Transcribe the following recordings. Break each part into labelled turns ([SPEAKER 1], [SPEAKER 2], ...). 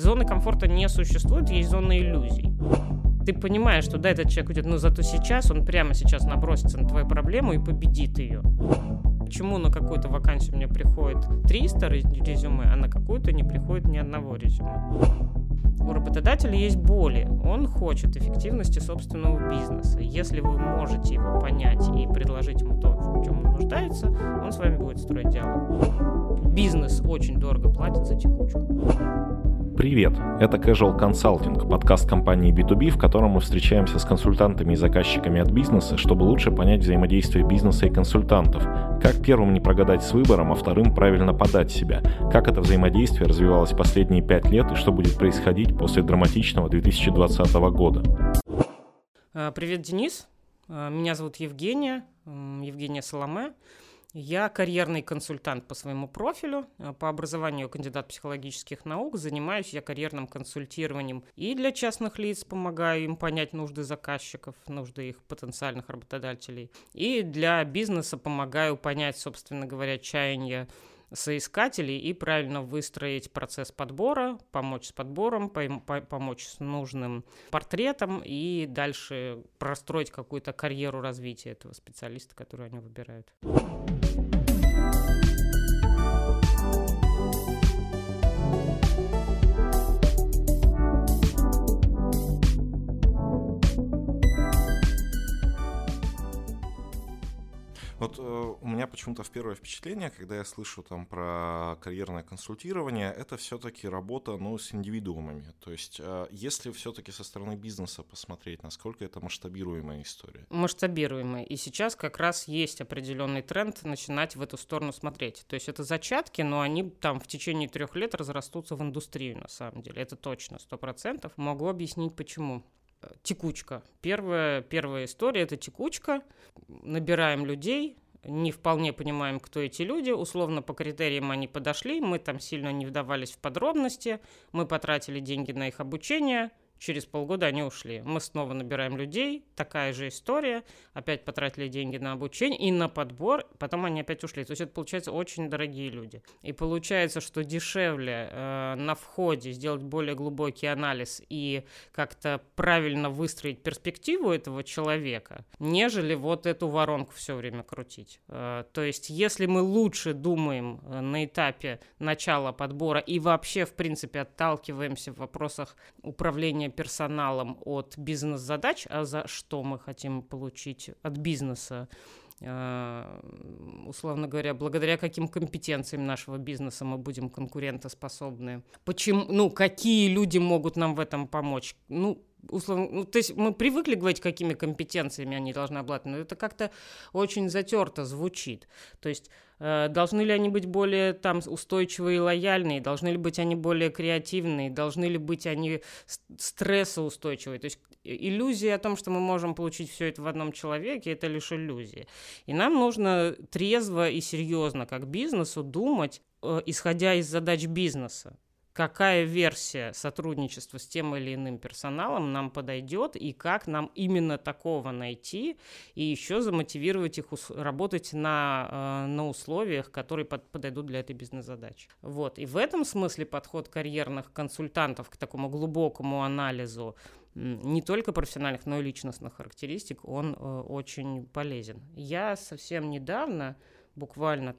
[SPEAKER 1] Зоны комфорта не существует, есть зоны иллюзий. Ты понимаешь, что да, этот человек уйдет, но зато сейчас он прямо сейчас набросится на твою проблему и победит ее. Почему на какую-то вакансию мне приходит 300 резюме, а на какую-то не приходит ни одного резюме? У работодателя есть боли. Он хочет эффективности собственного бизнеса. Если вы можете его понять и предложить ему то, в чем он нуждается, он с вами будет строить диалог. Бизнес очень дорого платит за текучку.
[SPEAKER 2] Привет! Это Casual Consulting, подкаст компании B2B, в котором мы встречаемся с консультантами и заказчиками от бизнеса, чтобы лучше понять взаимодействие бизнеса и консультантов. Как первым не прогадать с выбором, а вторым правильно подать себя. Как это взаимодействие развивалось последние 5 лет и что будет происходить после драматичного 2020 года.
[SPEAKER 1] Привет, Денис. Меня зовут Евгения Соломе. Я карьерный консультант по своему профилю, по образованию кандидат психологических наук, занимаюсь я карьерным консультированием и для частных лиц, помогаю им понять нужды заказчиков, нужды их потенциальных работодателей, и для бизнеса помогаю понять, собственно говоря, чаяния соискателей и правильно выстроить процесс подбора, помочь с подбором, помочь с нужным портретом и дальше простроить какую-то карьеру развития этого специалиста, который они выбирают.
[SPEAKER 2] Вот у меня почему-то первое впечатление, когда я слышу там про карьерное консультирование, это все-таки работа с индивидуумами. То есть если все-таки со стороны бизнеса посмотреть, насколько это масштабируемая история?
[SPEAKER 1] Масштабируемая. И сейчас как раз есть определенный тренд начинать в эту сторону смотреть. То есть это зачатки, но они там в течение 3 лет разрастутся в индустрию на самом деле. Это точно, 100%. Могу объяснить почему. Текучка. Первая история – это текучка. Набираем людей, не вполне понимаем, кто эти люди. Условно по критериям они подошли, мы там сильно не вдавались в подробности, мы потратили деньги на их обучение. Через полгода они ушли. Мы снова набираем людей, такая же история, опять потратили деньги на обучение и на подбор, потом они опять ушли. То есть это, получается, очень дорогие люди. И получается, что дешевле на входе сделать более глубокий анализ и как-то правильно выстроить перспективу этого человека, нежели вот эту воронку все время крутить. То есть если мы лучше думаем на этапе начала подбора и вообще, в принципе, отталкиваемся в вопросах управления персоналом от бизнес-задач, а за что мы хотим получить от бизнеса, условно говоря, благодаря каким компетенциям нашего бизнеса мы будем конкурентоспособны. Почему, какие люди могут нам в этом помочь? Условно, то есть мы привыкли говорить, какими компетенциями они должны обладать, но это как-то очень затерто звучит. То есть должны ли они быть более устойчивые и лояльные, должны ли быть они более креативные, должны ли быть они стрессоустойчивые. То есть иллюзия о том, что мы можем получить все это в одном человеке, это лишь иллюзия. И нам нужно трезво и серьезно, как бизнесу, думать, исходя из задач бизнеса. Какая версия сотрудничества с тем или иным персоналом нам подойдет и как нам именно такого найти и еще замотивировать их работать на условиях, которые подойдут для этой бизнес-задачи. Вот. И в этом смысле подход карьерных консультантов к такому глубокому анализу не только профессиональных, но и личностных характеристик, он очень полезен. Я совсем недавно, буквально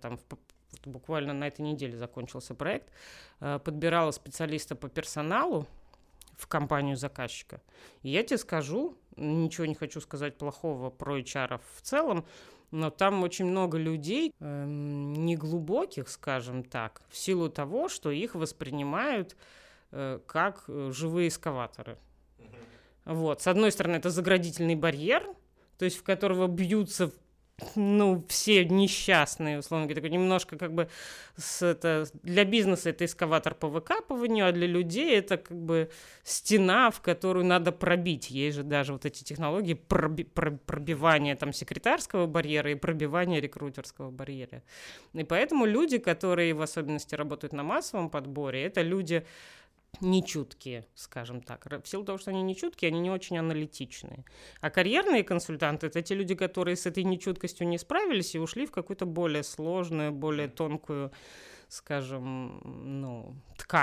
[SPEAKER 1] на этой неделе закончился проект, подбирала специалиста по персоналу в компанию заказчика. И я тебе скажу, ничего не хочу сказать плохого про HR в целом, но там очень много людей неглубоких, скажем так, в силу того, что их воспринимают как живые экскаваторы. Вот. С одной стороны, это заградительный барьер, то есть в которого бьются все несчастные, условно говоря, такой немножко для бизнеса это экскаватор по выкапыванию, а для людей это стена, в которую надо пробить. Есть же даже вот эти технологии пробивания секретарского барьера и пробивания рекрутерского барьера. И поэтому люди, которые в особенности работают на массовом подборе, это люди нечуткие, скажем так. В силу того, что они нечуткие, они не очень аналитичные. А карьерные консультанты — это те люди, которые с этой нечуткостью не справились и ушли в какую-то более сложную, более тонкую, скажем, ткань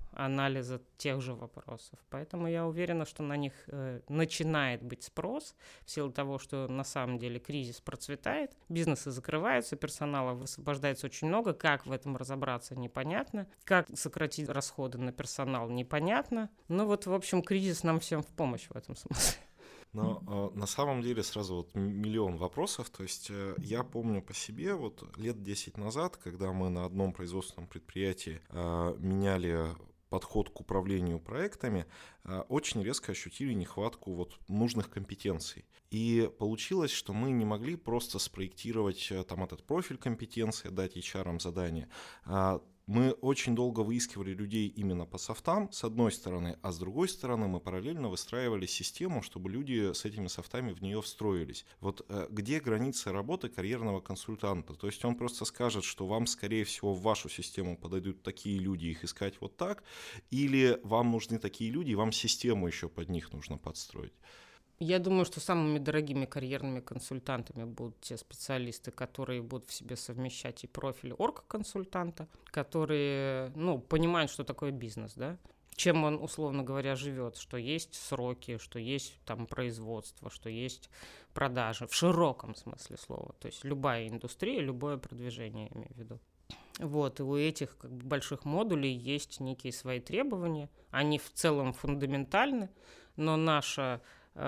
[SPEAKER 1] анализа тех же вопросов. Поэтому я уверена, что на них начинает быть спрос в силу того, что на самом деле кризис процветает, бизнесы закрываются, персонала высвобождается очень много. Как в этом разобраться, непонятно. Как сократить расходы на персонал, непонятно. Ну вот, в общем, кризис нам всем в помощь в этом смысле.
[SPEAKER 2] Но на самом деле сразу вот миллион вопросов. То есть я помню по себе вот лет 10 назад, когда мы на одном производственном предприятии меняли подход к управлению проектами, очень резко ощутили нехватку вот нужных компетенций. И получилось, что мы не могли просто спроектировать там этот профиль компетенции, дать HR задание. Мы очень долго выискивали людей именно по софтам, с одной стороны, а с другой стороны мы параллельно выстраивали систему, чтобы люди с этими софтами в нее встроились. Вот где граница работы карьерного консультанта? То есть он просто скажет, что вам, скорее всего, в вашу систему подойдут такие люди, их искать вот так, или вам нужны такие люди, и вам систему еще под них нужно подстроить?
[SPEAKER 1] Я думаю, что самыми дорогими карьерными консультантами будут те специалисты, которые будут в себе совмещать и профиль оргконсультанта, которые, понимают, что такое бизнес, да, чем он, условно говоря, живет, что есть сроки, что есть там производство, что есть продажи, в широком смысле слова, то есть любая индустрия, любое продвижение, я имею в виду. Вот, и у этих больших модулей есть некие свои требования, они в целом фундаментальны, но наша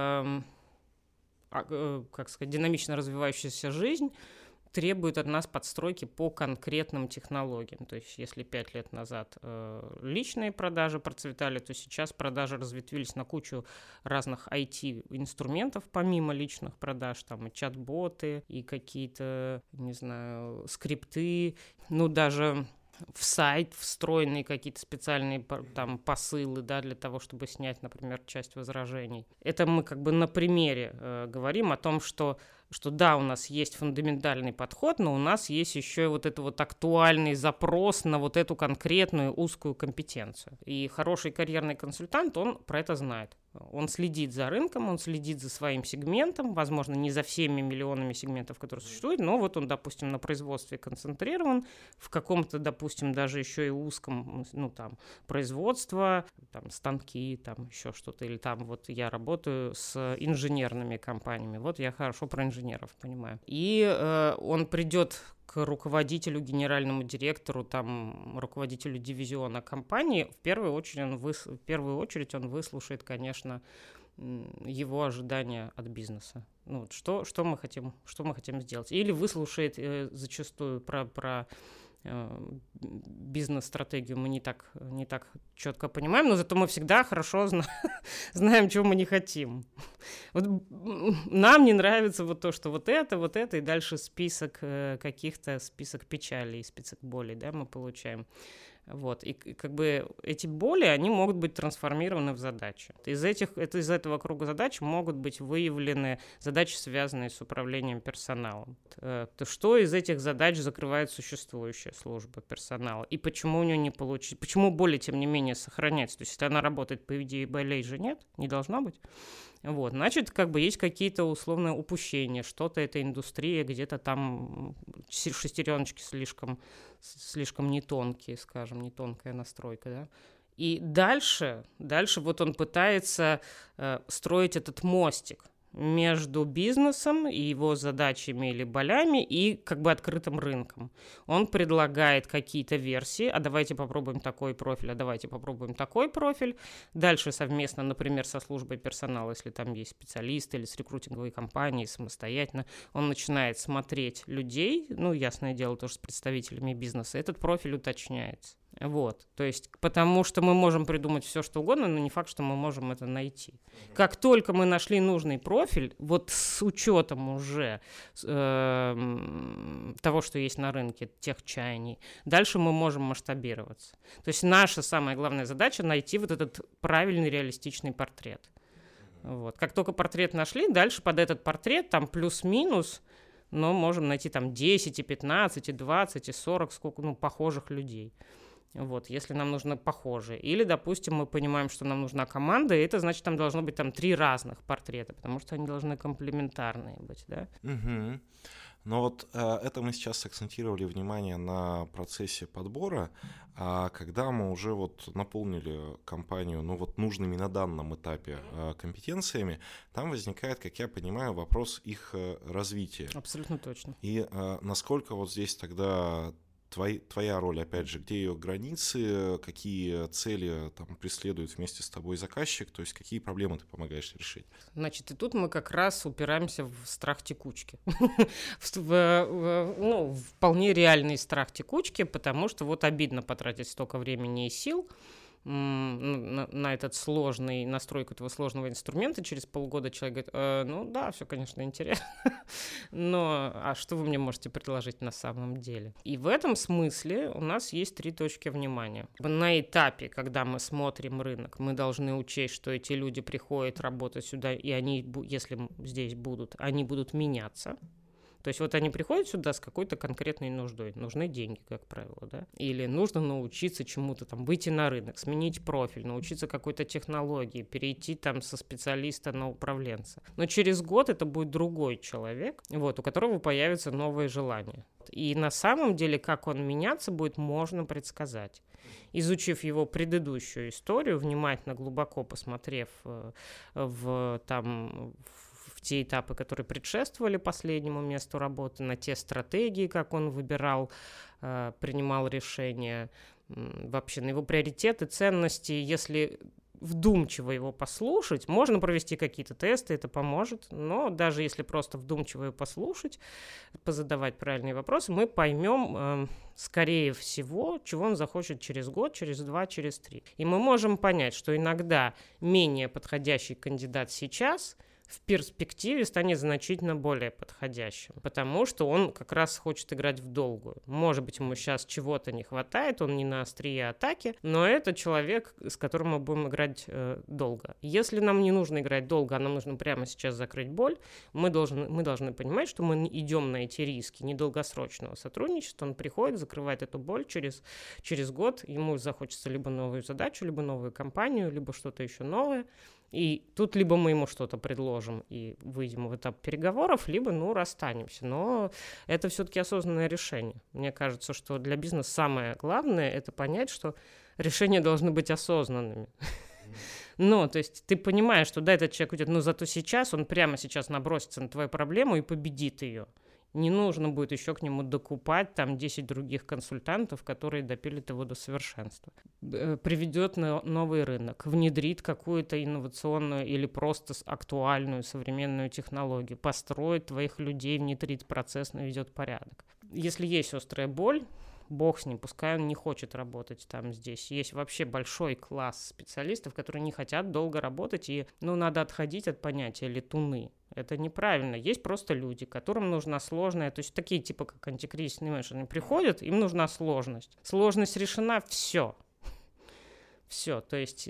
[SPEAKER 1] динамично развивающаяся жизнь требует от нас подстройки по конкретным технологиям. То есть если 5 лет назад личные продажи процветали, то сейчас продажи разветвились на кучу разных IT-инструментов, помимо личных продаж, там и чат-боты, и какие-то, не знаю, скрипты, даже в сайт встроенные какие-то специальные там посылы, да, для того, чтобы снять, например, часть возражений. Это мы на примере говорим о том, что да, у нас есть фундаментальный подход, но у нас есть еще и вот этот вот актуальный запрос на вот эту конкретную узкую компетенцию. И хороший карьерный консультант, он про это знает. Он следит за рынком, он следит за своим сегментом, возможно, не за всеми миллионами сегментов, которые существуют, но вот он, допустим, на производстве концентрирован, в каком-то, допустим, даже еще и узком, производство, там, станки, там, еще что-то, или там вот я работаю с инженерными компаниями, вот я хорошо про инженеров понимаю. И он придет к руководителю, генеральному директору, там, руководителю дивизиона компании, в первую очередь он выслушает, конечно, его ожидания от бизнеса. Что мы хотим сделать. Или выслушает зачастую про бизнес-стратегию мы не так четко понимаем, но зато мы всегда хорошо знаем, чего мы не хотим. Вот нам не нравится вот то, что вот это, и дальше список печалей, список болей, да, мы получаем. Вот. И эти боли, они могут быть трансформированы в задачи. Из этого круга задач могут быть выявлены задачи, связанные с управлением персоналом. Что из этих задач закрывает существующая служба персонала? И почему у нее не получится? Почему боли, тем не менее, сохраняются? То есть, если она работает, по идее, болей же нет, не должно быть. Вот, значит, есть какие-то условные упущения, что-то эта индустрия, где-то там шестереночки слишком не тонкие, скажем, не тонкая настройка, да. И дальше вот он пытается строить этот мостик между бизнесом и его задачами или болями и открытым рынком. Он предлагает какие-то версии, а давайте попробуем такой профиль, а давайте попробуем такой профиль. Дальше совместно, например, со службой персонала, если там есть специалисты или с рекрутинговой компанией самостоятельно, он начинает смотреть людей, ясное дело, тоже с представителями бизнеса, этот профиль уточняется. Вот, то есть, потому что мы можем придумать все, что угодно, но не факт, что мы можем это найти. Как только мы нашли нужный профиль, вот с учетом уже того, что есть на рынке, тех чаяний, дальше мы можем масштабироваться. То есть наша самая главная задача — найти вот этот правильный реалистичный портрет. Вот. Как только портрет нашли, дальше под этот портрет там плюс-минус, но можем найти там 10, и 15, и 20, и 40, сколько, похожих людей. Вот, если нам нужны похожие. Или, допустим, мы понимаем, что нам нужна команда, и это значит, там должно быть 3 разных портрета, потому что они должны комплементарные быть, да?
[SPEAKER 2] Угу. Но вот это мы сейчас акцентировали внимание на процессе подбора, а когда мы уже вот наполнили компанию, ну вот нужными на данном этапе компетенциями, там возникает, как я понимаю, вопрос их развития.
[SPEAKER 1] Абсолютно точно.
[SPEAKER 2] И насколько вот здесь тогда твоя роль, опять же, где ее границы, какие цели там преследует вместе с тобой заказчик, то есть какие проблемы ты помогаешь решить?
[SPEAKER 1] Значит, и тут мы как раз упираемся в страх текучки. Вполне реальный страх текучки, потому что вот обидно потратить столько времени и сил на этот сложный, настройку этого сложного инструмента. Через полгода человек говорит, все, конечно, интересно, но а что вы мне можете предложить на самом деле? И в этом смысле у нас есть 3 точки внимания. На этапе, когда мы смотрим рынок, мы должны учесть, что эти люди приходят работать сюда, и они, если здесь будут, они будут меняться. То есть вот они приходят сюда с какой-то конкретной нуждой. Нужны деньги, как правило, да? Или нужно научиться чему-то там, выйти на рынок, сменить профиль, научиться какой-то технологии, перейти там со специалиста на управленца. Но через год это будет другой человек, вот, у которого появятся новые желания. И на самом деле, как он меняться будет, можно предсказать. Изучив его предыдущую историю, внимательно, глубоко посмотрев в те этапы, которые предшествовали последнему месту работы, на те стратегии, как он выбирал, принимал решения, вообще на его приоритеты, ценности. Если вдумчиво его послушать, можно провести какие-то тесты, это поможет, но даже если просто вдумчиво его послушать, позадавать правильные вопросы, мы поймем, скорее всего, чего он захочет через год, через 2, через 3. И мы можем понять, что иногда менее подходящий кандидат сейчас в перспективе станет значительно более подходящим, потому что он как раз хочет играть в долгую. Может быть, ему сейчас чего-то не хватает, он не на острие атаки, но это человек, с которым мы будем играть долго. Если нам не нужно играть долго, а нам нужно прямо сейчас закрыть боль, мы должны понимать, что мы идем на эти риски недолгосрочного сотрудничества. Он приходит, закрывает эту боль через год, ему захочется либо новую задачу, либо новую компанию, либо что-то еще новое. И тут либо мы ему что-то предложим и выйдем в этап переговоров, либо, расстанемся. Но это все-таки осознанное решение. Мне кажется, что для бизнеса самое главное – это понять, что решения должны быть осознанными. То есть ты понимаешь, что этот человек уйдет, зато сейчас он прямо сейчас набросится на твою проблему и победит ее. Не нужно будет еще к нему докупать 10 других консультантов, которые допилят его до совершенства. Приведет на новый рынок, внедрит какую-то инновационную или просто актуальную современную технологию, построит твоих людей, внедрит процесс, наведет порядок. Если есть острая боль, бог с ним, пускай он не хочет работать здесь. Есть вообще большой класс специалистов, которые не хотят долго работать, и надо отходить от понятия летуны. Это неправильно. Есть просто люди, которым нужна сложная, то есть такие типа как антикризисные менеджеры приходят, им нужна сложность. Сложность решена, все. Все, то есть,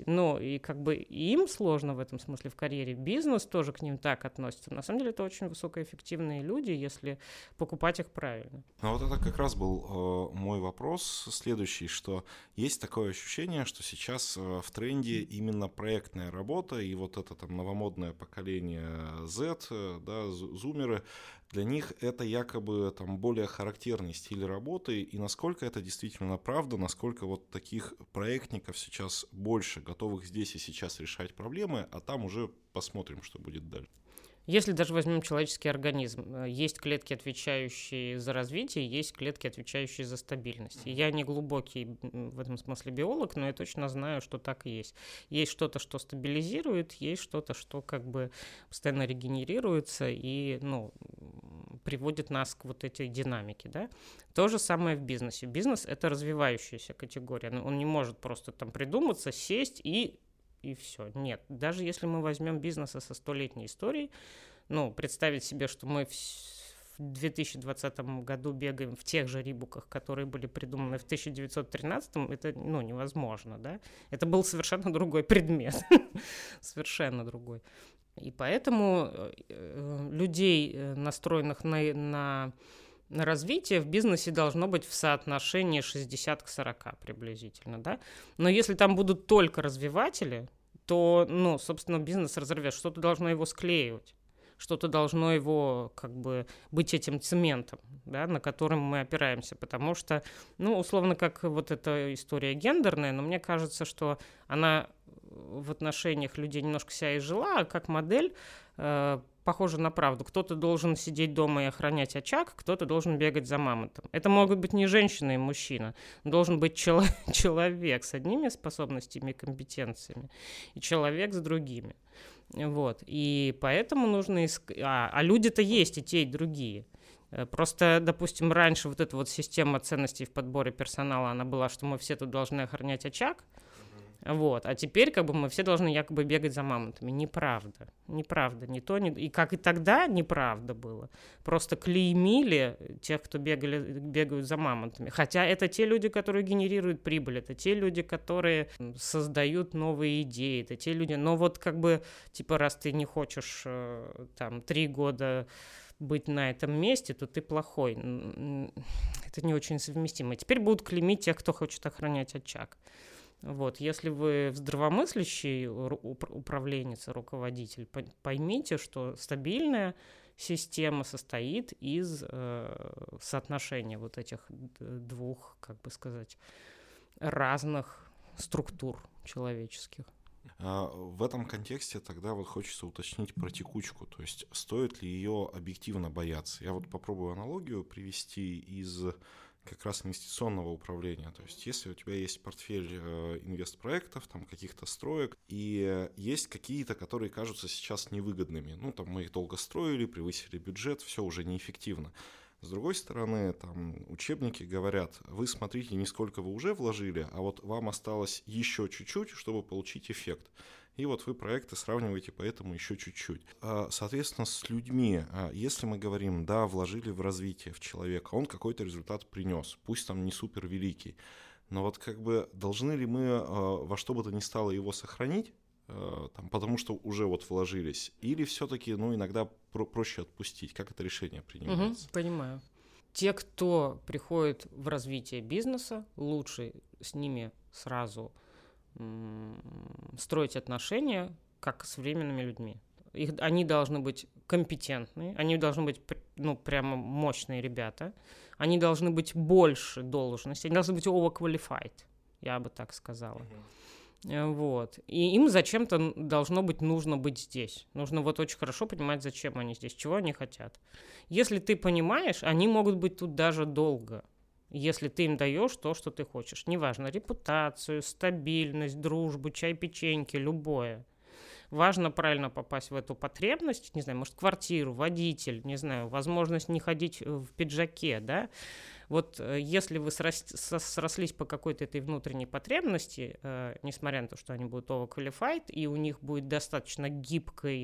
[SPEAKER 1] и им сложно в этом смысле в карьере. Бизнес тоже к ним так относится. На самом деле это очень высокоэффективные люди, если покупать их правильно.
[SPEAKER 2] Вот это как раз был мой вопрос следующий, что есть такое ощущение, что сейчас в тренде именно проектная работа, и вот это новомодное поколение Z, зумеры, для них это якобы более характерный стиль работы, и насколько это действительно правда, насколько вот таких проектников сейчас больше, готовых здесь и сейчас решать проблемы, а там уже посмотрим, что будет дальше.
[SPEAKER 1] Если даже возьмем человеческий организм, есть клетки, отвечающие за развитие, есть клетки, отвечающие за стабильность. И я не глубокий в этом смысле биолог, но я точно знаю, что так и есть. Есть что-то, что стабилизирует, есть что-то, что постоянно регенерируется и приводит нас к вот этой динамике. Да? То же самое в бизнесе. Бизнес — это развивающаяся категория. Он не может просто придуматься, сесть и все. Нет. Даже если мы возьмем бизнесы со 100-летней историей, представить себе, что мы в 2020 году бегаем в тех же рибуках, которые были придуманы в 1913, это невозможно. Да? Это был совершенно другой предмет. Совершенно другой. И поэтому людей, настроенных на развитие, в бизнесе должно быть в соотношении 60 к 40 приблизительно. Да? Но если там будут только развиватели, то, собственно, бизнес разорвет. Что-то должно его склеивать. что-то должно его как бы быть этим цементом, да, на котором мы опираемся, потому что, ну, условно, как вот эта история гендерная, но мне кажется, что она в отношениях людей немножко себя изжила, а как модель похоже на правду. Кто-то должен сидеть дома и охранять очаг, кто-то должен бегать за мамонтом. Это могут быть не женщина и мужчина. Должен быть человек с одними способностями и компетенциями, и человек с другими. Вот. И поэтому нужно искать... А люди-то есть и те, и другие. Просто, допустим, раньше вот эта вот система ценностей в подборе персонала, она была, что мы все тут должны охранять очаг. Вот. А теперь как бы мы все должны якобы бегать за мамонтами. Неправда. Неправда. Не то, не... И как и тогда неправда было. Просто клеймили тех, кто бегают за мамонтами. Хотя это те люди, которые генерируют прибыль. Это те люди, которые создают новые идеи. Это те люди... Но вот как бы, типа, раз ты не хочешь там 3 года быть на этом месте, то ты плохой. Это не очень совместимо. Теперь будут клеймить тех, кто хочет охранять очаг. Вот, если вы здравомыслящий управленец, руководитель, поймите, что стабильная система состоит из соотношения вот этих двух, как бы сказать, разных структур человеческих.
[SPEAKER 2] В этом контексте тогда вот хочется уточнить про текучку, то есть стоит ли ее объективно бояться. Я вот попробую аналогию привести из как раз инвестиционного управления. То есть если у тебя есть портфель инвестпроектов, там каких-то строек, и есть какие-то, которые кажутся сейчас невыгодными. Ну, там мы их долго строили, превысили бюджет, все уже неэффективно. С другой стороны, там учебники говорят, вы смотрите, не сколько вы уже вложили, а вот вам осталось еще чуть-чуть, чтобы получить эффект. И вот вы проекты сравниваете поэтому еще чуть-чуть. Соответственно, с людьми, если мы говорим, да, вложили в развитие в человека, он какой-то результат принес, пусть там не супер великий, но вот как бы должны ли мы во что бы то ни стало его сохранить, там, потому что уже вот вложились, или все-таки, ну, иногда проще отпустить? Как это решение принимается?
[SPEAKER 1] Понимаю. Те, кто приходит в развитие бизнеса, лучше с ними сразу строить отношения, как с временными людьми. Они должны быть компетентны, они должны быть, ну, прямо мощные ребята, они должны быть больше должности, они должны быть overqualified, я бы так сказала. Вот. И им зачем-то нужно быть здесь. Нужно вот очень хорошо понимать, зачем они здесь, чего они хотят. Если ты понимаешь, они могут быть тут даже долго. Если ты им даешь то, что ты хочешь. Неважно, репутацию, стабильность, дружбу, чай, печеньки, любое. Важно правильно попасть в эту потребность, не знаю, может, квартиру, водитель, не знаю, возможность не ходить в пиджаке, да. Вот если вы срослись по какой-то этой внутренней потребности, несмотря на то, что они будут overqualified, и у них будет достаточно гибкая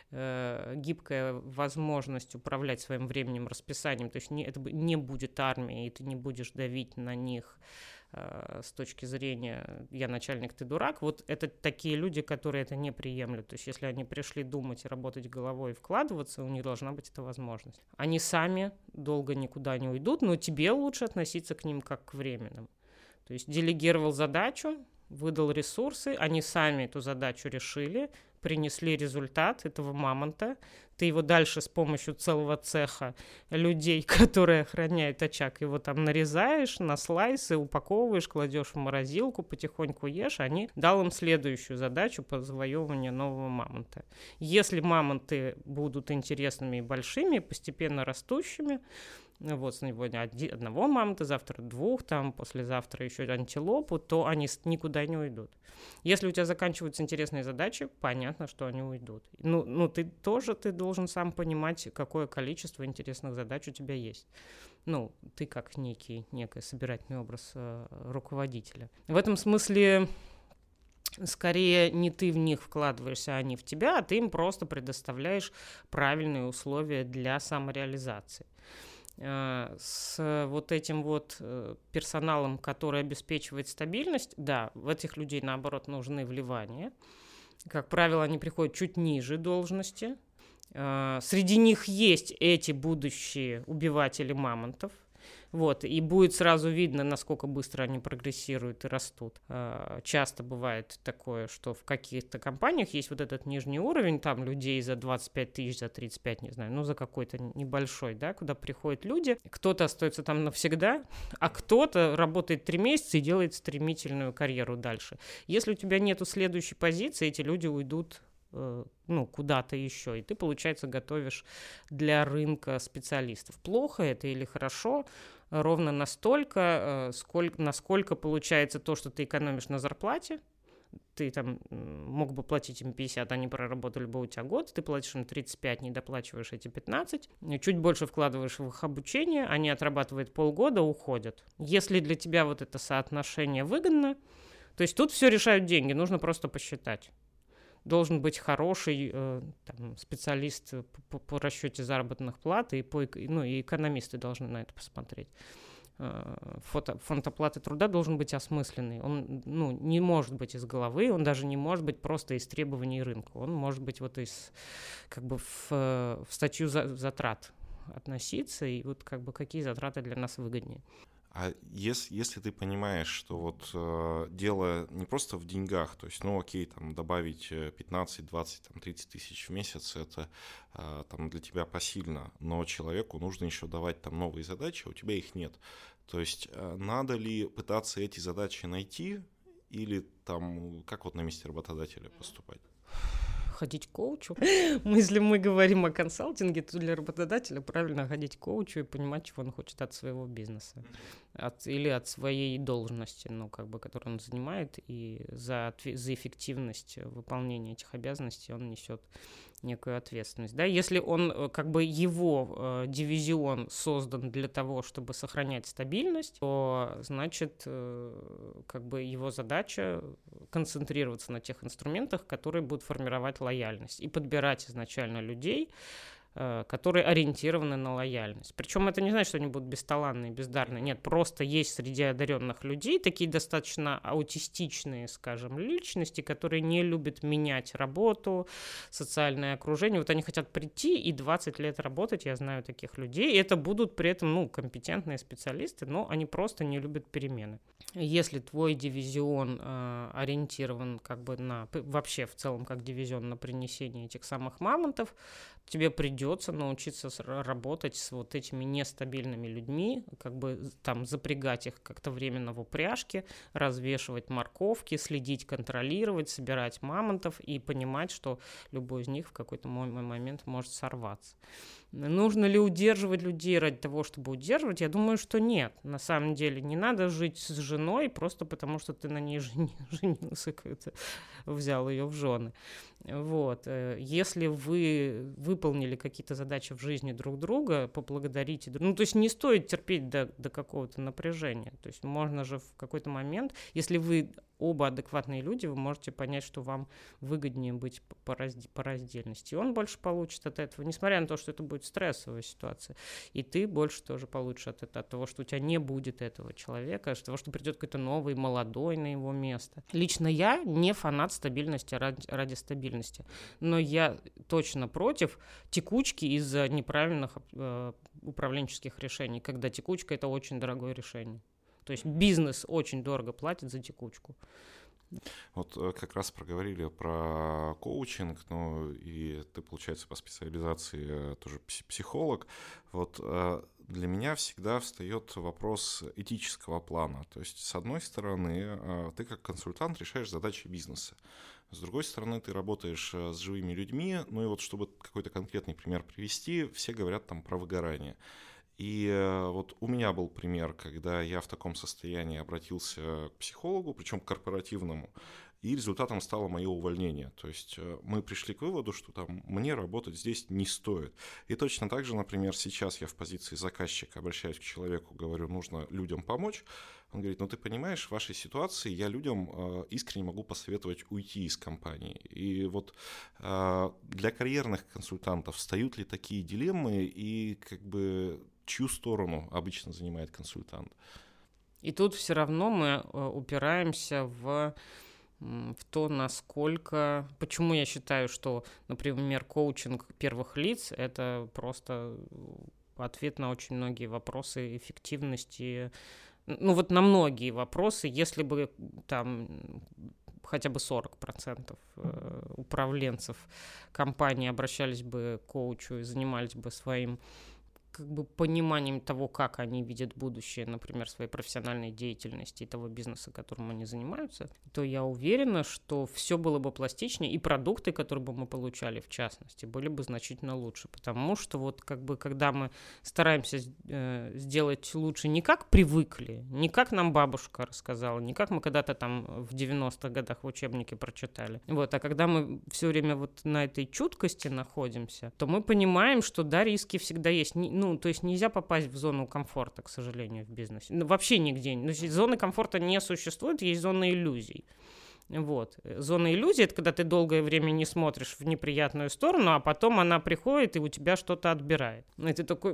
[SPEAKER 1] возможность управлять своим временем, расписанием, то есть это не будет армия, и ты не будешь давить на них с точки зрения «я начальник, ты дурак», вот это такие люди, которые это не приемлют. То есть если они пришли думать и работать головой и вкладываться, у них должна быть эта возможность. Они сами долго никуда не уйдут, но тебе лучше относиться к ним как к временным. То есть делегировал задачу, выдал ресурсы, они сами эту задачу решили, принесли результат этого мамонта, ты его дальше с помощью целого цеха людей, которые охраняют очаг, его там нарезаешь на слайсы, упаковываешь, кладешь в морозилку, потихоньку ешь, они дал им следующую задачу по завоевыванию нового мамонта. Если мамонты будут интересными и большими, постепенно растущими, вот сегодня одного мамонта, завтра 2, там, послезавтра еще антилопу, то они никуда не уйдут. Если у тебя заканчиваются интересные задачи, понятно, что они уйдут. Ну ты должен сам понимать, какое количество интересных задач у тебя есть. Ну, ты как некий собирательный образ руководителя. В этом смысле скорее не ты в них вкладываешься, а они в тебя, а ты им просто предоставляешь правильные условия для самореализации. С вот этим вот персоналом, который обеспечивает стабильность, да, в этих людей, наоборот, нужны вливания. Как правило, они приходят чуть ниже должности. Среди них есть эти будущие убиватели мамонтов. Вот, и будет сразу видно, насколько быстро они прогрессируют и растут. Часто бывает такое, что в каких-то компаниях есть вот этот нижний уровень, там людей за 25 тысяч, за 35, не знаю, ну, за какой-то небольшой, да, куда приходят люди. Кто-то остается там навсегда, а кто-то работает 3 месяца и делает стремительную карьеру дальше. Если у тебя нету следующей позиции, эти люди уйдут куда-то еще, и ты, получается, готовишь для рынка специалистов. Плохо это или хорошо? Ровно настолько, насколько получается то, что ты экономишь на зарплате. Ты там мог бы платить им 50, они проработали бы у тебя год, ты платишь им 35, не доплачиваешь эти 15, чуть больше вкладываешь в их обучение, они отрабатывают полгода, уходят. Если для тебя вот это соотношение выгодно, то есть тут все решают деньги, нужно просто посчитать. Должен быть хороший специалист по расчете заработных плат, и экономисты должны на это посмотреть. Фонд оплаты труда должен быть осмысленный. Он не может быть из головы, он даже не может быть просто из требований рынка. Он может быть вот из, в статью затрат относиться, и вот какие затраты для нас выгоднее.
[SPEAKER 2] А если ты понимаешь, что вот дело не просто в деньгах, то есть, окей, там добавить 15, 20, 30 тысяч в месяц, это там для тебя посильно, но человеку нужно еще давать там новые задачи, а у тебя их нет. То есть надо ли пытаться эти задачи найти или там как вот на месте работодателя поступать?
[SPEAKER 1] Ходить к коучу. Если мы говорим о консалтинге, то для работодателя правильно ходить к коучу и понимать, чего он хочет от своего бизнеса. Или от своей должности, которую он занимает, и за эффективность выполнения этих обязанностей он несет некую ответственность. Да? Если он, его дивизион создан для того, чтобы сохранять стабильность, то, значит, его задача концентрироваться на тех инструментах, которые будут формировать лояльность, и подбирать изначально людей, которые ориентированы на лояльность. Причем это не значит, что они будут бесталанные, бездарные. Нет, просто есть среди одаренных людей такие достаточно аутистичные, скажем, личности, которые не любят менять работу, социальное окружение. Вот они хотят прийти и 20 лет работать, я знаю таких людей, и это будут при этом, компетентные специалисты, но они просто не любят перемены. Если твой дивизион ориентирован вообще в целом как дивизион на принесение этих самых мамонтов, тебе придется научиться работать с вот этими нестабильными людьми, запрягать их как-то временно в упряжке, развешивать морковки, следить, контролировать, собирать мамонтов и понимать, что любой из них в какой-то момент может сорваться. Нужно ли удерживать людей ради того, чтобы удерживать? Я думаю, что нет. На самом деле не надо жить с женой просто потому, что ты на ней женился, взял ее в жены. Вот. Если вы выполнили какие-то задачи в жизни друг друга, поблагодарите. То есть не стоит терпеть до какого-то напряжения. То есть можно же в какой-то момент, если вы оба адекватные люди, вы можете понять, что вам выгоднее быть по раздельности. И он больше получит от этого, несмотря на то, что это будет стрессовая ситуация. И ты больше тоже получишь от того, что у тебя не будет этого человека, от того, что придет какой-то новый, молодой на его место. Лично я не фанат стабильности ради стабильности. Но я точно против текучки из-за неправильных управленческих решений, когда текучка – это очень дорогое решение. То есть бизнес очень дорого платит за текучку.
[SPEAKER 2] Вот как раз проговорили про коучинг, и ты, получается, по специализации тоже психолог. Вот для меня всегда встает вопрос этического плана. То есть, с одной стороны, ты как консультант решаешь задачи бизнеса. С другой стороны, ты работаешь с живыми людьми. И вот чтобы какой-то конкретный пример привести, все говорят там про выгорание. И вот у меня был пример, когда я в таком состоянии обратился к психологу, причем к корпоративному, и результатом стало мое увольнение. То есть мы пришли к выводу, что там мне работать здесь не стоит. И точно так же, например, сейчас я в позиции заказчика обращаюсь к человеку, говорю, нужно людям помочь. Он говорит, ты понимаешь, в вашей ситуации я людям искренне могу посоветовать уйти из компании. И вот для карьерных консультантов встают ли такие дилеммы и чью сторону обычно занимает консультант?
[SPEAKER 1] И тут все равно мы упираемся в то, насколько... Почему я считаю, что, например, коучинг первых лиц — это просто ответ на очень многие вопросы эффективности. Ну вот на многие вопросы, если бы там хотя бы 40% управленцев компании обращались бы к коучу и занимались бы своим как бы пониманием того, как они видят будущее, например, своей профессиональной деятельности и того бизнеса, которым они занимаются, то я уверена, что все было бы пластичнее, и продукты, которые бы мы получали, в частности, были бы значительно лучше, потому что вот как бы когда мы стараемся сделать лучше не как привыкли, не как нам бабушка рассказала, не как мы когда-то там в 90-х годах в учебнике прочитали, вот, а когда мы все время вот на этой чуткости находимся, то мы понимаем, что да, риски всегда есть. Ну, то есть нельзя попасть в зону комфорта, к сожалению, в бизнесе. Ну, вообще нигде. Ну, зоны комфорта не существует, есть зона иллюзий. Вот. Зона иллюзий — это когда ты долгое время не смотришь в неприятную сторону, а потом она приходит и у тебя что-то отбирает. И ты такой,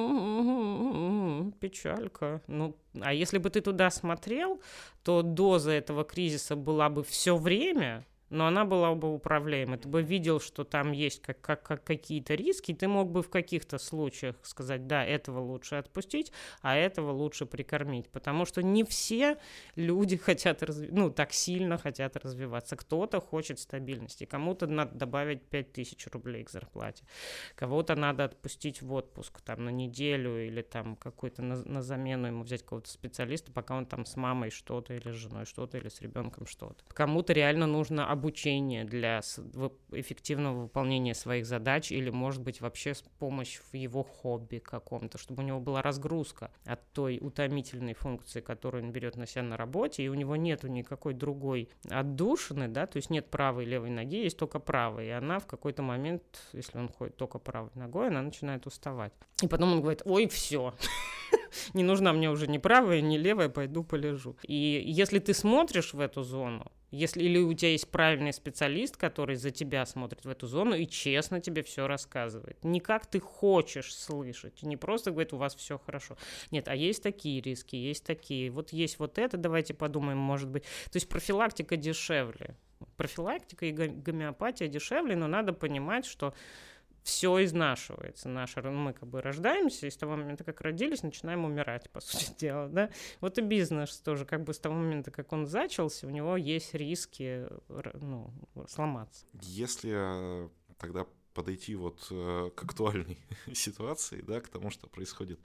[SPEAKER 1] печалька. Ну, а если бы ты туда смотрел, то доза этого кризиса была бы все время, но она была бы управляемой. Ты бы видел, что там есть какие-то риски, и ты мог бы в каких-то случаях сказать, да, этого лучше отпустить, а этого лучше прикормить. Потому что не все люди хотят так сильно хотят развиваться. Кто-то хочет стабильности, кому-то надо добавить 5000 рублей к зарплате, кого-то надо отпустить в отпуск там, на неделю или там какой-то на замену ему взять какого-то специалиста, пока он там с мамой что-то, или с женой что-то, или с ребенком что-то. Кому-то реально нужно обучение для эффективного выполнения своих задач или, может быть, вообще помощь в его хобби каком-то, чтобы у него была разгрузка от той утомительной функции, которую он берет на себя на работе, и у него нету никакой другой отдушины, да, то есть нет правой и левой ноги, есть только правая, и она в какой-то момент, если он ходит только правой ногой, она начинает уставать. И потом он говорит, ой, все, не нужна мне уже ни правая, ни левая, пойду полежу. И если ты смотришь в эту зону, или у тебя есть правильный специалист, который за тебя смотрит в эту зону и честно тебе все рассказывает. Не как ты хочешь слышать, не просто говорит, у вас все хорошо. Нет, а есть такие риски, есть такие. Вот есть вот это, давайте подумаем, может быть. То есть профилактика дешевле. Профилактика и гомеопатия дешевле, но надо понимать, что все изнашивается. Мы как бы рождаемся, и с того момента, как родились, начинаем умирать, по сути дела. Да? Вот и бизнес тоже, как бы с того момента, как он начался, у него есть риски сломаться.
[SPEAKER 2] Если тогда подойти вот к актуальной ситуации, да, к тому, что происходит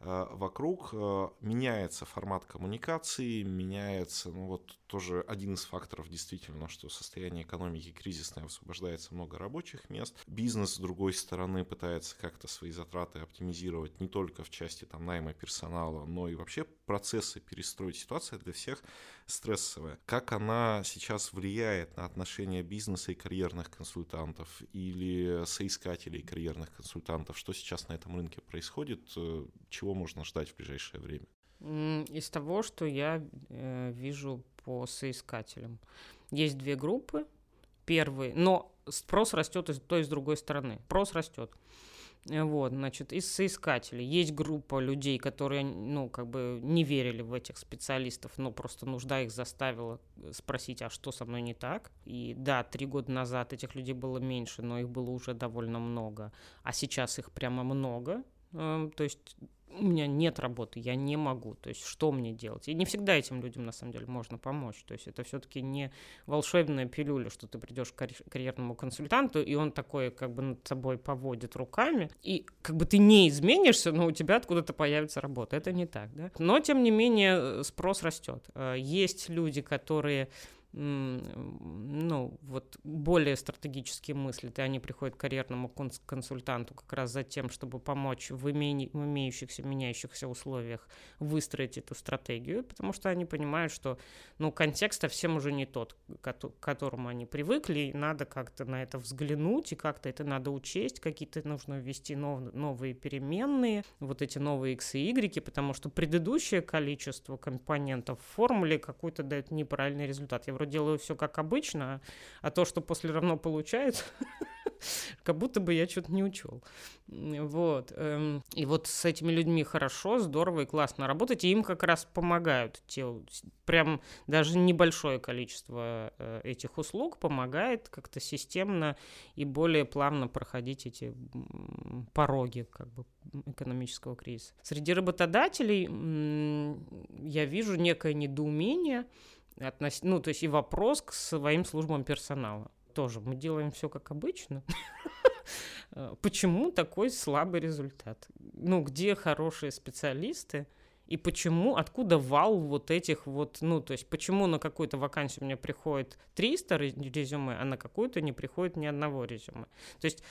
[SPEAKER 2] вокруг, меняется формат коммуникации, меняется, вот тоже один из факторов действительно, что состояние экономики кризисное, освобождается много рабочих мест. Бизнес, с другой стороны, пытается как-то свои затраты оптимизировать не только в части там найма персонала, но и вообще процессы перестроить. Ситуация для всех стрессовая. Как она сейчас влияет на отношения бизнеса и карьерных консультантов или соискателей карьерных консультантов? Что сейчас на этом рынке происходит? Чего можно ждать в ближайшее время?
[SPEAKER 1] Из того, что я вижу по соискателям. Есть две группы. Первые, но спрос растет и с той, и с другой стороны. Спрос растет. Вот, значит, из соискателей есть группа людей, которые, не верили в этих специалистов, но просто нужда их заставила спросить, а что со мной не так? И да, 3 года назад этих людей было меньше, но их было уже довольно много, а сейчас их прямо много, то есть у меня нет работы, я не могу, то есть что мне делать? И не всегда этим людям, на самом деле, можно помочь, то есть это все-таки не волшебная пилюля, что ты придешь к карьерному консультанту, и он такой как бы над собой поводит руками, и как бы ты не изменишься, но у тебя откуда-то появится работа, это не так, да? Но, тем не менее, спрос растет. Есть люди, которые более стратегически мыслят, и они приходят к карьерному консультанту как раз за тем, чтобы помочь в имеющихся, меняющихся условиях выстроить эту стратегию, потому что они понимают, что контекст совсем уже не тот, к которому они привыкли, и надо как-то на это взглянуть, и как-то это надо учесть, какие-то нужно ввести новые переменные, вот эти новые x и y, потому что предыдущее количество компонентов в формуле какой-то дает неправильный результат. Я делаю все как обычно, а то, что после равно получается, Как будто бы я что-то не учел. Вот. И вот с этими людьми хорошо, здорово и классно работать, и им как раз помогают. Прям даже небольшое количество этих услуг помогает как-то системно и более плавно проходить эти пороги как бы экономического кризиса. Среди работодателей я вижу некое недоумение, то есть и вопрос к своим службам персонала. Тоже мы делаем все как обычно. Почему такой слабый результат? Где хорошие специалисты? И почему, откуда вал вот этих вот, то есть почему на какую-то вакансию у меня приходит 300 резюме, а на какую-то не приходит ни одного резюме? То есть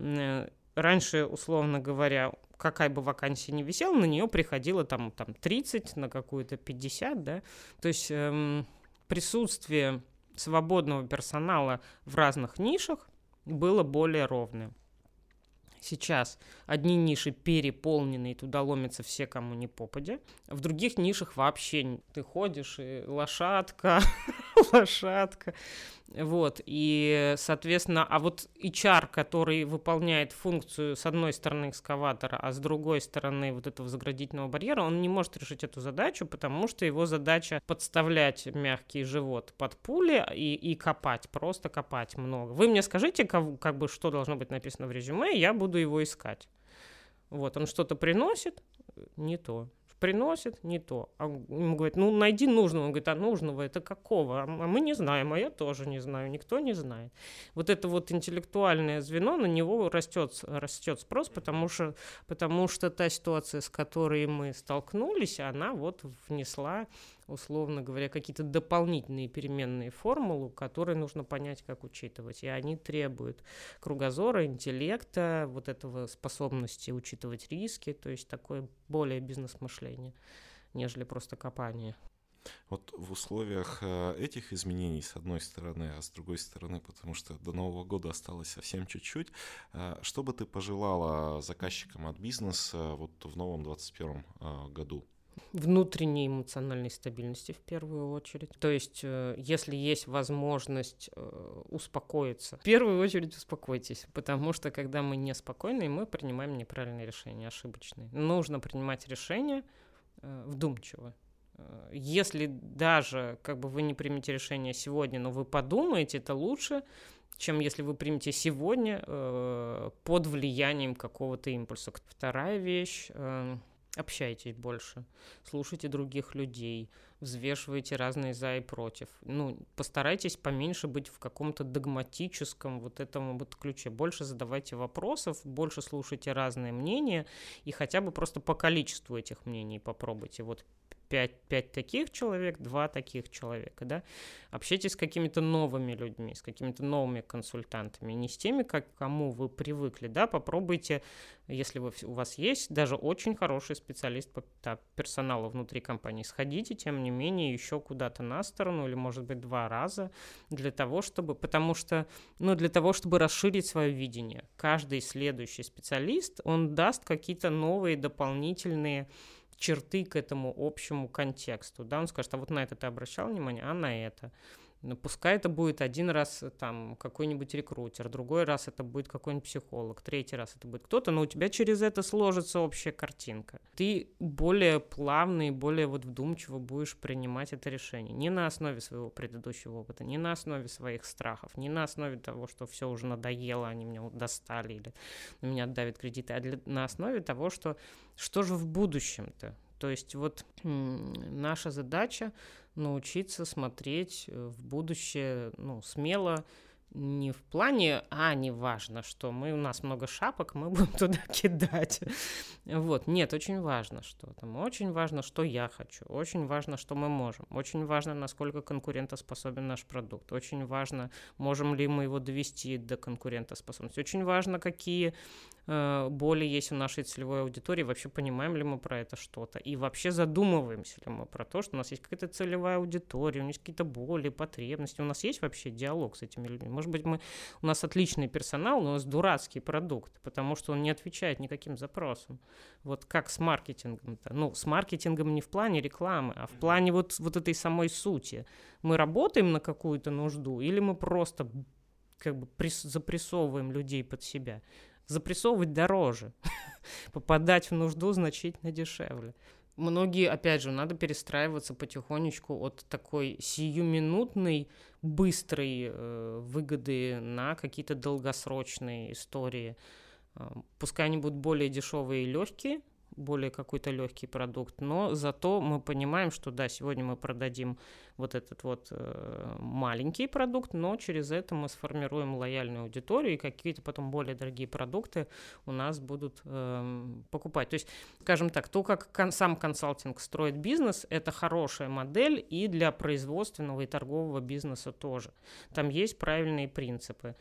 [SPEAKER 1] раньше, условно говоря, какая бы вакансия ни висела, на нее приходило там 30, на какую-то 50, да? То есть присутствие свободного персонала в разных нишах было более ровным. Сейчас одни ниши переполнены, и туда ломятся все, кому не попадя. В других нишах вообще ты ходишь, и лошадка, лошадка. Вот, и, соответственно, а вот HR, который выполняет функцию, с одной стороны, экскаватора, а с другой стороны, вот этого заградительного барьера, он не может решить эту задачу, потому что его задача подставлять мягкий живот под пули и копать, просто копать много. Вы мне скажите, как бы, что должно быть написано в резюме, я буду его искать. Вот, он что-то приносит, не то. Приносит не то. А ему говорят, найди нужного. Он говорит, а нужного это какого? А мы не знаем, а я тоже не знаю, никто не знает. Вот это вот интеллектуальное звено, на него растет спрос, потому что та ситуация, с которой мы столкнулись, она вот внесла, условно говоря, какие-то дополнительные переменные формулы, которые нужно понять, как учитывать. И они требуют кругозора, интеллекта, вот этого способности учитывать риски, то есть такое более бизнес-мышление, нежели просто копание.
[SPEAKER 2] Вот в условиях этих изменений, с одной стороны, а с другой стороны, потому что до Нового года осталось совсем чуть-чуть, что бы ты пожелала заказчикам от бизнеса вот в новом 2021 году?
[SPEAKER 1] Внутренней эмоциональной стабильности в первую очередь. То есть, если есть возможность успокоиться, в первую очередь успокойтесь, потому что когда мы неспокойны, мы принимаем неправильные решения, ошибочные. Нужно принимать решения вдумчиво. Если даже вы не примете решение сегодня, но вы подумаете, это лучше, чем если вы примете сегодня под влиянием какого-то импульса. Вторая вещь — общайтесь больше, слушайте других людей, взвешивайте разные за и против. Постарайтесь поменьше быть в каком-то догматическом вот этом вот ключе. Больше задавайте вопросов, больше слушайте разные мнения и хотя бы просто по количеству этих мнений попробуйте. Вот 5 таких человек, 2 таких человека, да. Общайтесь с какими-то новыми людьми, с какими-то новыми консультантами, не с теми, к кому вы привыкли, да. Попробуйте, если у вас есть даже очень хороший специалист по персоналу внутри компании, сходите, тем не менее, еще куда-то на сторону или, может быть, 2 раза для того, чтобы расширить свое видение. Каждый следующий специалист, он даст какие-то новые дополнительные черты к этому общему контексту, да, он скажет, а вот на это ты обращал внимание, а на это. Пускай это будет один раз какой-нибудь рекрутер, другой раз это будет какой-нибудь психолог, третий раз это будет кто-то, но у тебя через это сложится общая картинка. Ты более плавно и более вдумчиво будешь принимать это решение. Не на основе своего предыдущего опыта, не на основе своих страхов, не на основе того, что все уже надоело, они меня достали или на меня давят кредиты, а на основе того, что же в будущем-то. То есть наша задача научиться смотреть в будущее смело, не в плане, не важно, что у нас много шапок, мы будем туда кидать. Нет, очень важно, что там, очень важно, что я хочу, очень важно, что мы можем, очень важно, насколько конкурентоспособен наш продукт, очень важно, можем ли мы его довести до конкурентоспособности, очень важно, какие боли есть у нашей целевой аудитории, вообще понимаем ли мы про это что-то, и вообще задумываемся ли мы про то, что у нас есть какая-то целевая аудитория, у нас есть какие-то боли, потребности, у нас есть вообще диалог с этими людьми. Может быть, у нас отличный персонал, но у нас дурацкий продукт, потому что он не отвечает никаким запросам. Вот как с маркетингом-то? С маркетингом не в плане рекламы, а в плане вот этой самой сути. Мы работаем на какую-то нужду или мы просто как бы запрессовываем людей под себя. Запрессовывать дороже, попадать в нужду значительно дешевле. Многие, опять же, надо перестраиваться потихонечку от такой сиюминутной, быстрой выгоды на какие-то долгосрочные истории. Пускай они будут более дешевые и легкие, более какой-то легкий продукт, но зато мы понимаем, что да, сегодня мы продадим вот этот вот маленький продукт, но через это мы сформируем лояльную аудиторию, и какие-то потом более дорогие продукты у нас будут покупать. То есть, скажем так, то, как сам консалтинг строит бизнес, это хорошая модель и для производственного и торгового бизнеса тоже. Там есть правильные принципы.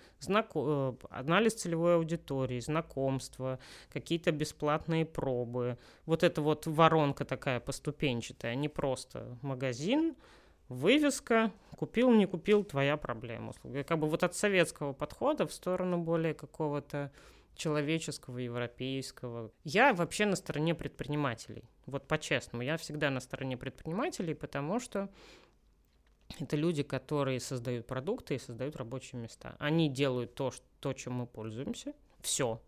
[SPEAKER 1] Анализ целевой аудитории, знакомство, какие-то бесплатные пробы. Вот эта вот воронка такая поступенчатая, не просто магазин, вывеска, купил, не купил, твоя проблема. Как бы вот от советского подхода в сторону более какого-то человеческого, европейского. Я вообще на стороне предпринимателей. Вот по-честному, я всегда на стороне предпринимателей, потому что это люди, которые создают продукты и создают рабочие места. Они делают то, чем мы пользуемся. Все,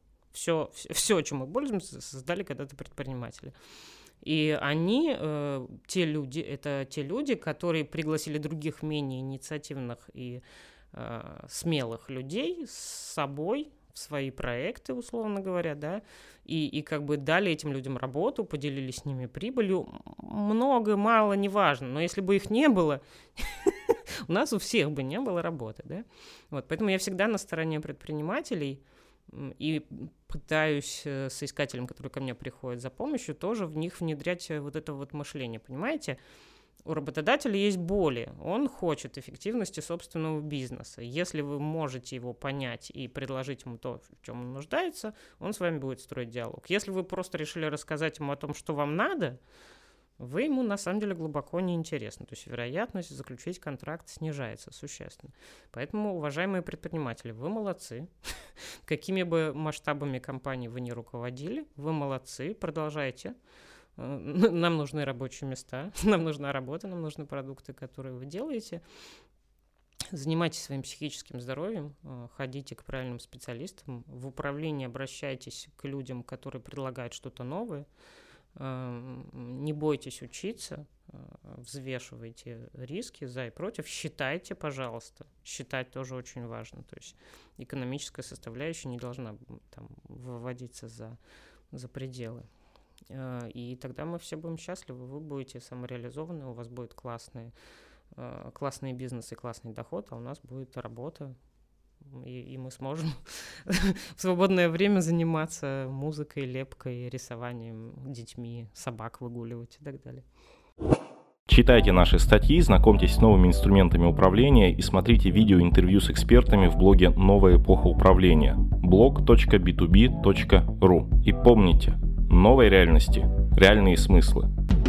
[SPEAKER 1] чем мы пользуемся, создали когда-то предприниматели. И они, те люди, которые пригласили других менее инициативных и смелых людей с собой в свои проекты, условно говоря, да, и как бы дали этим людям работу, поделились с ними прибылью. Много, мало, неважно, но если бы их не было, у нас у всех бы не было работы, да. Вот, поэтому я всегда на стороне предпринимателей, и пытаюсь соискателям, которые ко мне приходят за помощью, тоже в них внедрять вот это вот мышление, понимаете? У работодателя есть боли, он хочет эффективности собственного бизнеса. Если вы можете его понять и предложить ему то, в чем он нуждается, он с вами будет строить диалог. Если вы просто решили рассказать ему о том, что вам надо, вы ему на самом деле глубоко не интересны. То есть вероятность заключить контракт снижается существенно. Поэтому, уважаемые предприниматели, вы молодцы. Какими бы масштабами компании вы ни руководили, вы молодцы, продолжайте. Нам нужны рабочие места, нам нужна работа, нам нужны продукты, которые вы делаете. Занимайтесь своим психическим здоровьем, ходите к правильным специалистам, в управлении обращайтесь к людям, которые предлагают что-то новое. Не бойтесь учиться, взвешивайте риски за и против, считайте, пожалуйста. Считать тоже очень важно. То есть экономическая составляющая не должна там выводиться за пределы. И тогда мы все будем счастливы, вы будете самореализованы, у вас будет классный бизнес и классный доход, а у нас будет работа. И мы сможем в свободное время заниматься музыкой, лепкой, рисованием, детьми, собак выгуливать и так далее.
[SPEAKER 2] Читайте наши статьи, знакомьтесь с новыми инструментами управления и смотрите видеоинтервью с экспертами в блоге «Новая эпоха управления» blog.b2b.ru. И помните, новой реальности реальные смыслы.